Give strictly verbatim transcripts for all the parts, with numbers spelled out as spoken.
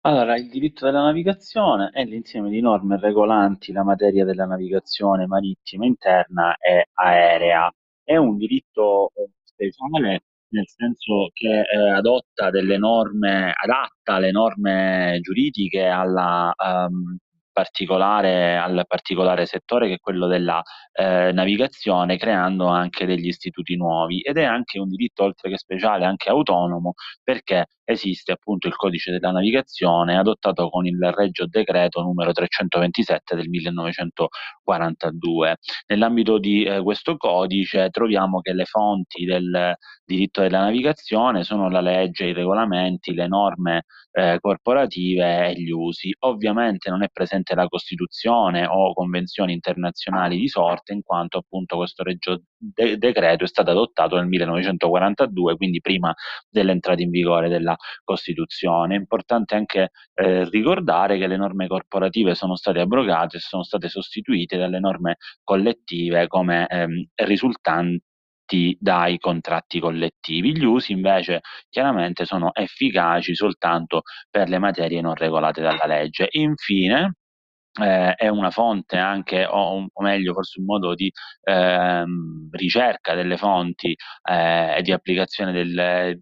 Allora, il diritto della navigazione è l'insieme di norme regolanti la materia della navigazione marittima interna e aerea. È un diritto eh, speciale nel senso che eh, adotta delle norme, adatta le norme giuridiche alla, ehm, particolare, al particolare settore che è quello della eh, navigazione, creando anche degli istituti nuovi. Ed è anche un diritto, oltre che speciale, anche autonomo perché esiste appunto il codice della navigazione adottato con il Regio Decreto numero trecentoventisette del millenovecentoquarantadue. Nell'ambito di eh, questo codice troviamo che le fonti del diritto della navigazione sono la legge, i regolamenti, le norme eh, corporative e gli usi. Ovviamente non è presente la Costituzione o convenzioni internazionali di sorte, in quanto appunto questo Regio De- Decreto è stato adottato nel millenovecentoquarantadue, quindi prima dell'entrata in vigore della Costituzione. È importante anche eh, ricordare che le norme corporative sono state abrogate e sono state sostituite dalle norme collettive come ehm, risultanti dai contratti collettivi. Gli usi invece chiaramente sono efficaci soltanto per le materie non regolate dalla legge. Infine, eh, è una fonte anche, o, un- o meglio, forse un modo di ehm, ricerca delle fonti eh, e di applicazione del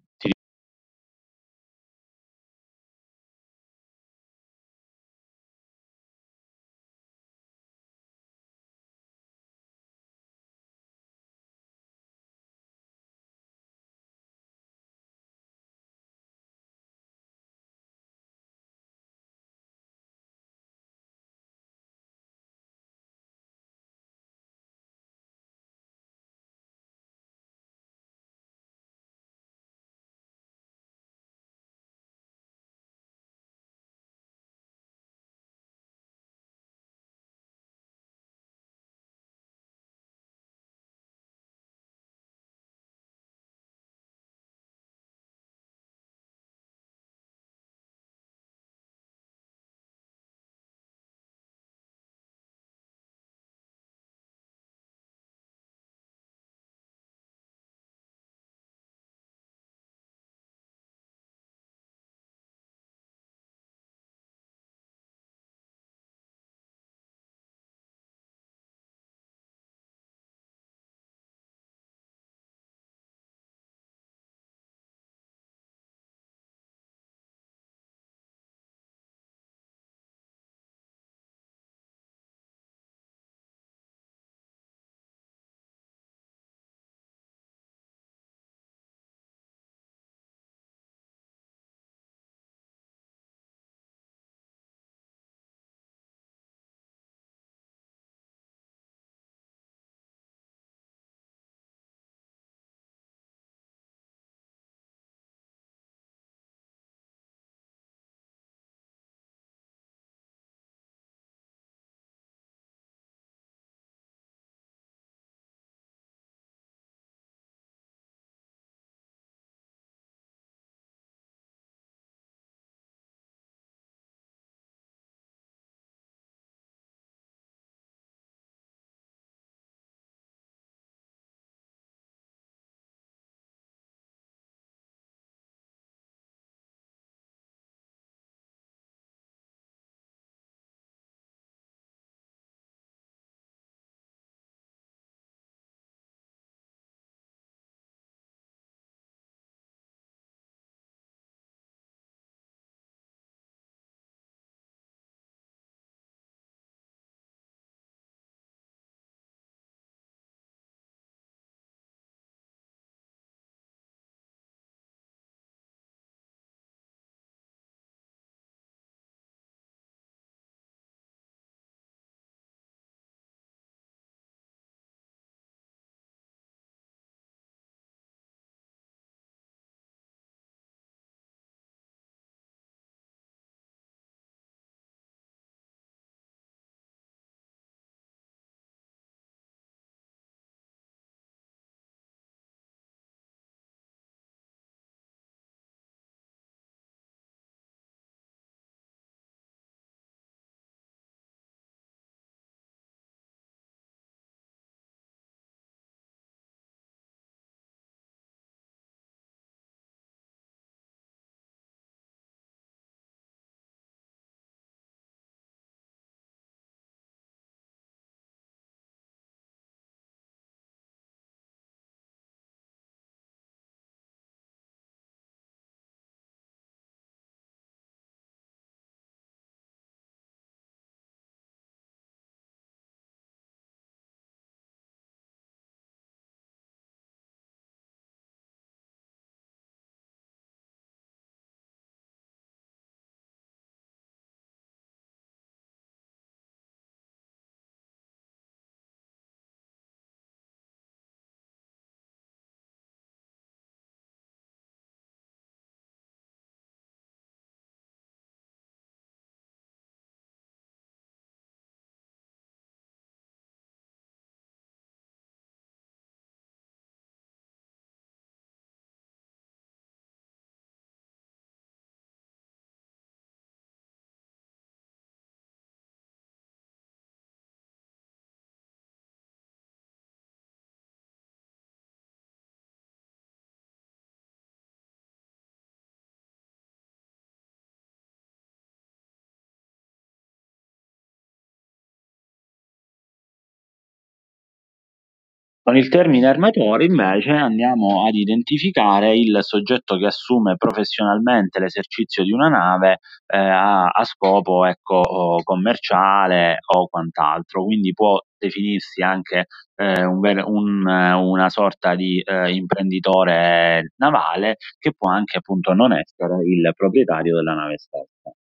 Con il termine armatore, invece, andiamo ad identificare il soggetto che assume professionalmente l'esercizio di una nave eh, a, a scopo, ecco, o commerciale o quant'altro. Quindi può definirsi anche eh, un ver- un, eh, una sorta di eh, imprenditore navale che può anche appunto non essere il proprietario della nave stessa.